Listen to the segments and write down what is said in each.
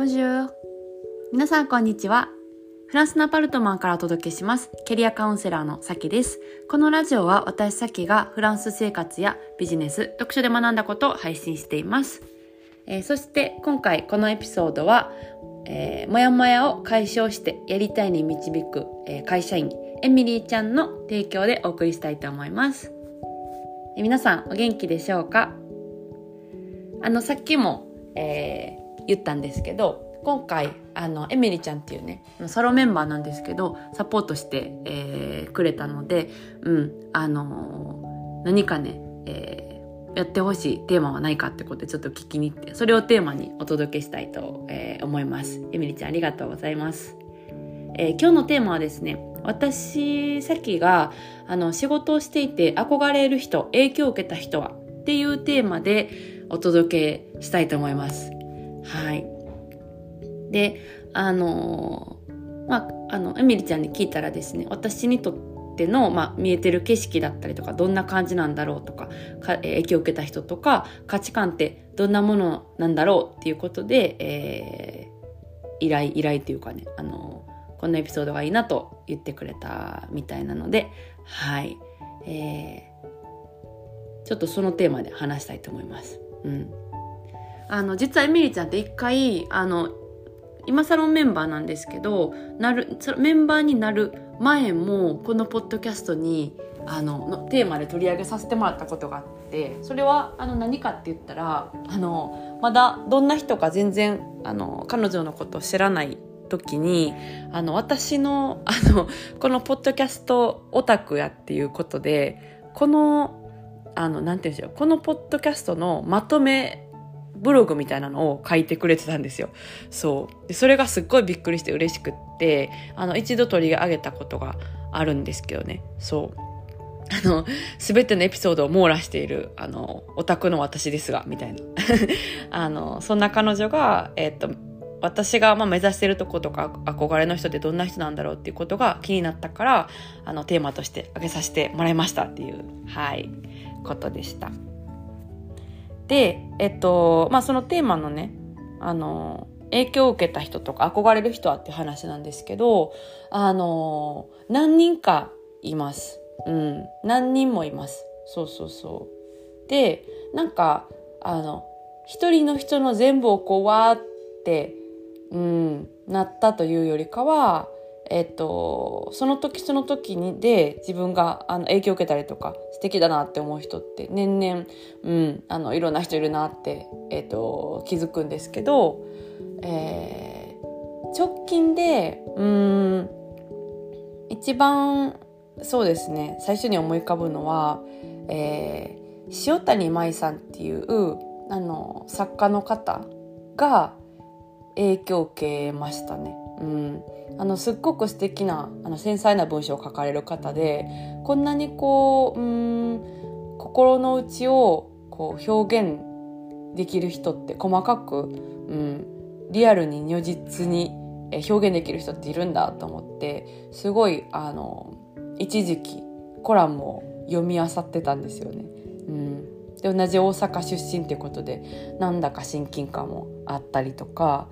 ボンジュール。皆さんこんにちは。フランスのアパルトマンからお届けします。キャリアカウンセラーのサキです。このラジオは私サキがフランス生活やビジネス、読書で学んだことを配信しています。そして今回このエピソードは、もやもやを解消してやりたいに導く、会社員エミリーちゃんの提供でお送りしたいと思います。皆さんお元気でしょうか？さっきも、言ったんですけど、今回エミリちゃんっていうねソロメンバーなんですけどサポートして、くれたので、何かね、やってほしいテーマはないかってことでちょっと聞きに行って、それをテーマにお届けしたいと、思います。エミリちゃんありがとうございます。今日のテーマはですね、私さきが仕事をしていて憧れる人、影響を受けた人はっていうテーマでお届けしたいと思います。はい。で、エミリちゃんに聞いたらですね、私にとっての、見えてる景色だったりとか、どんな感じなんだろうとか、影響を受けた人とか、価値観ってどんなものなんだろうっていうことで、依頼というかね、こんなエピソードがいいなと言ってくれたみたいなので、はい。ちょっとそのテーマで話したいと思います。実はエミリーちゃんって一回今サロンメンバーなんですけど、メンバーになる前もこのポッドキャストにのテーマで取り上げさせてもらったことがあって、それは何かって言ったらまだどんな人か全然彼女のことを知らない時に私のこのポッドキャストオタクやっていうことで、このなんて言うんでしょう、このポッドキャストのまとめブログみたいなのを書いてくれてたんですよ。そうで、それがすっごいびっくりして嬉しくって、一度取り上げたことがあるんですけどね。そう全てのエピソードを網羅しているオタクの私ですがみたいなそんな彼女が私が目指しているとことか憧れの人ってどんな人なんだろうっていうことが気になったから、テーマとして挙げさせてもらいましたっていう、ことでした。で、そのテーマのね、影響を受けた人とか憧れる人はっていう話なんですけど、何人かいます。何人もいます。そう。で、なんか、一人の人の全部をこうわーって、なったというよりかは、その時その時にで自分が影響を受けたりとか素敵だなって思う人って年々、いろんな人いるなって、気づくんですけど、直近で一番そうですね、最初に思い浮かぶのは、塩谷舞さんっていう作家の方が影響を受けましたね。すっごく素敵な繊細な文章を書かれる方で、こんなにこう心の内をこう表現できる人って、細かく、リアルに如実に表現できる人っているんだと思って、すごい一時期コラムを読み漁ってたんですよね。で、同じ大阪出身っていうことでなんだか親近感もあったりとか、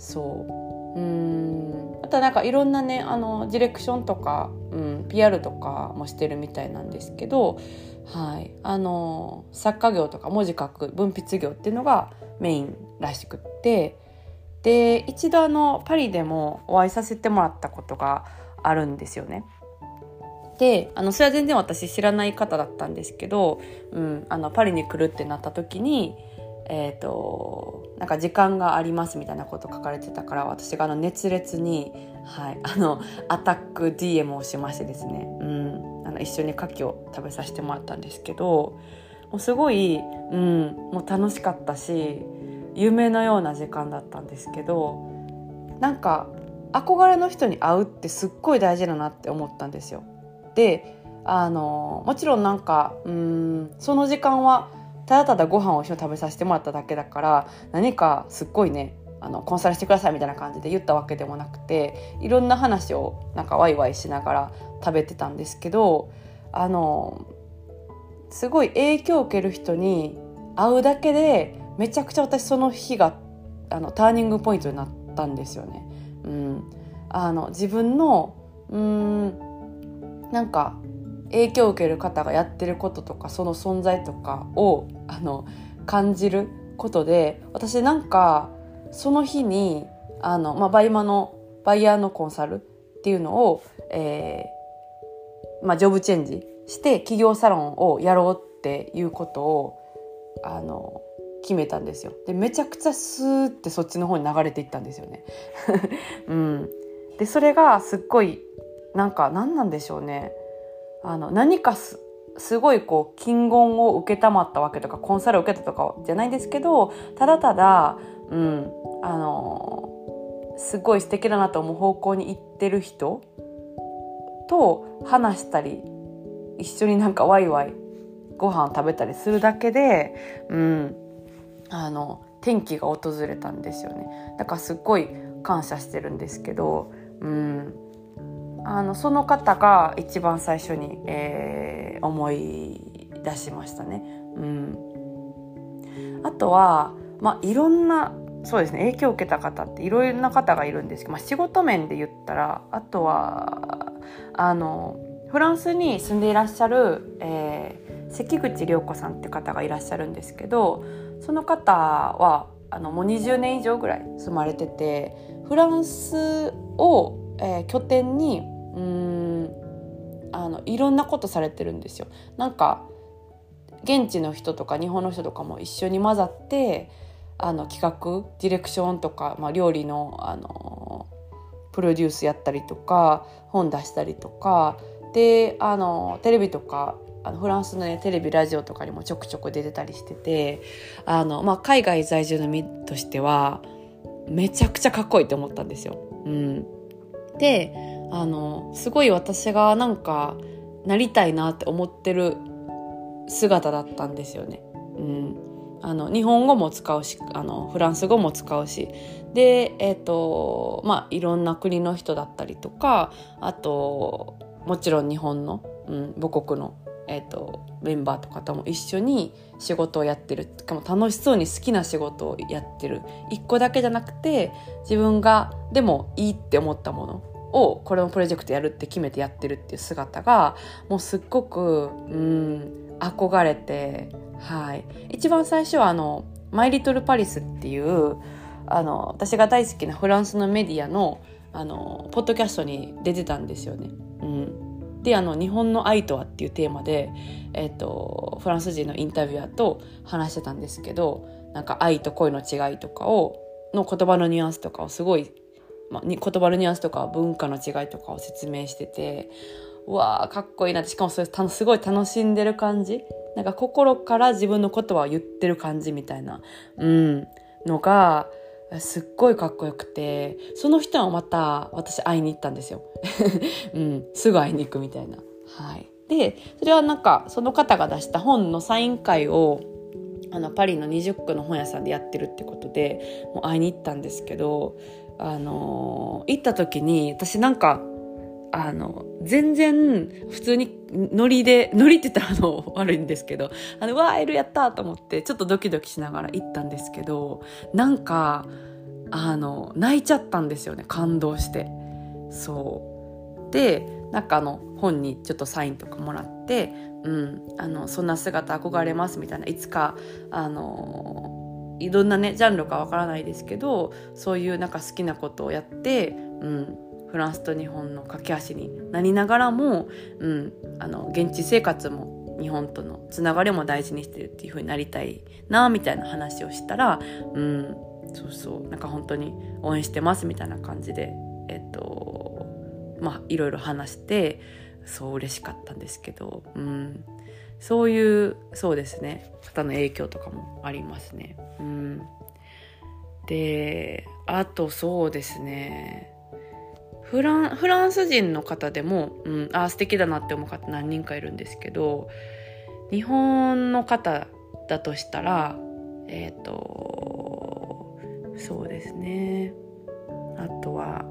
あとはなんかいろんなねディレクションとか、PR とかもしてるみたいなんですけど、作家業とか文字書く文筆業っていうのがメインらしくって、で一度パリでもお会いさせてもらったことがあるんですよね。でそれは全然私知らない方だったんですけど、パリに来るってなった時になんか時間がありますみたいなこと書かれてたから、私が熱烈に、アタック DM をしましてですね、一緒に牡蠣を食べさせてもらったんですけど、もうすごい、もう楽しかったし夢のような時間だったんですけど、なんか憧れの人に会うってすっごい大事だなって思ったんですよ。でもちろんなんかその時間はただただご飯を一緒に食べさせてもらっただけだから、何かすっごいねコンサルしてくださいみたいな感じで言ったわけでもなくて、いろんな話をなんかワイワイしながら食べてたんですけど、すごい影響を受ける人に会うだけでめちゃくちゃ私その日がターニングポイントになったんですよね。自分のなんか影響を受ける方がやってることとかその存在とかを感じることで、私なんかその日にバイヤーのコンサルっていうのを、ジョブチェンジして企業サロンをやろうっていうことを決めたんですよ。でめちゃくちゃスーってそっちの方に流れていったんですよね。でそれがすっごい何なんでしょうね。何かすごい金言を受けたまったわけとかコンサルを受けたとかじゃないんですけど、ただただ、すごい素敵だなと思う方向に行ってる人と話したり一緒にワイワイご飯を食べたりするだけで、転機が訪れたんですよね。だからすっごい感謝してるんですけど、その方が一番最初に、思い出しましたね。あとはいろんなそうですね、影響を受けた方っていろんな方がいるんですけど、仕事面で言ったらあとはフランスに住んでいらっしゃる、関口涼子さんって方がいらっしゃるんですけど、その方はもう20年以上ぐらい住まれてて、フランスを、拠点にいろんなことされてるんですよ。現地の人とか日本の人とかも一緒に混ざって企画ディレクションとか、料理の、プロデュースやったりとか本出したりとかでテレビとかフランスの、テレビラジオとかにもちょくちょく出てたりしてて海外在住の身としてはめちゃくちゃかっこいいと思ったんですよ。ですごい私がなりたいなって思ってる姿だったんですよね。日本語も使うしフランス語も使うしで、いろんな国の人だったりとか、あともちろん日本の、母国の、メンバーとかとも一緒に仕事をやってる。しかも楽しそうに好きな仕事をやってる。一個だけじゃなくて自分がでもいいって思ったものをこれのプロジェクトやるって決めてやってるっていう姿がもうすっごく憧れて、一番最初はマイリトルパリスっていう私が大好きなフランスのメディアのポッドキャストに出てたんですよね。で日本の愛とはっていうテーマで、フランス人のインタビュアーと話してたんですけど、愛と恋の違いとかの言葉のニュアンスとかをすごい、言葉のニュアンスとか文化の違いとかを説明してて、うわーかっこいいなって、しかもそれすごい楽しんでる感じ、心から自分の言葉を言ってる感じみたいな、のがすっごいかっこよくて、その人はまた私会いに行ったんですよ。すぐ会いに行くみたいな。でそれはその方が出した本のサイン会をパリの20区の本屋さんでやってるってことでもう会いに行ったんですけど、行った時に私全然普通にノリって言ったら悪いんですけどわーエルやったと思ってちょっとドキドキしながら行ったんですけど、泣いちゃったんですよね、感動して。そうで本にちょっとサインとかもらって、そんな姿憧れますみたいな、いつかいろんなねジャンルかわからないですけど、そういう好きなことをやって、フランスと日本の架け橋になりながらも、現地生活も日本とのつながりも大事にしてるっていう風になりたいなみたいな話をしたら、本当に応援してますみたいな感じでいろいろ話して嬉しかったんですけど、そうですね、方の影響とかもありますね。であとそうですね、フランス人の方でも、素敵だなって思う方何人かいるんですけど、日本の方だとしたらそうですね、あとは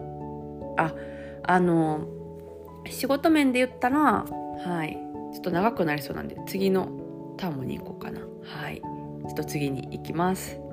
仕事面で言ったらちょっと長くなりそうなんで次のタームに行こうかな。ちょっと次に行きます。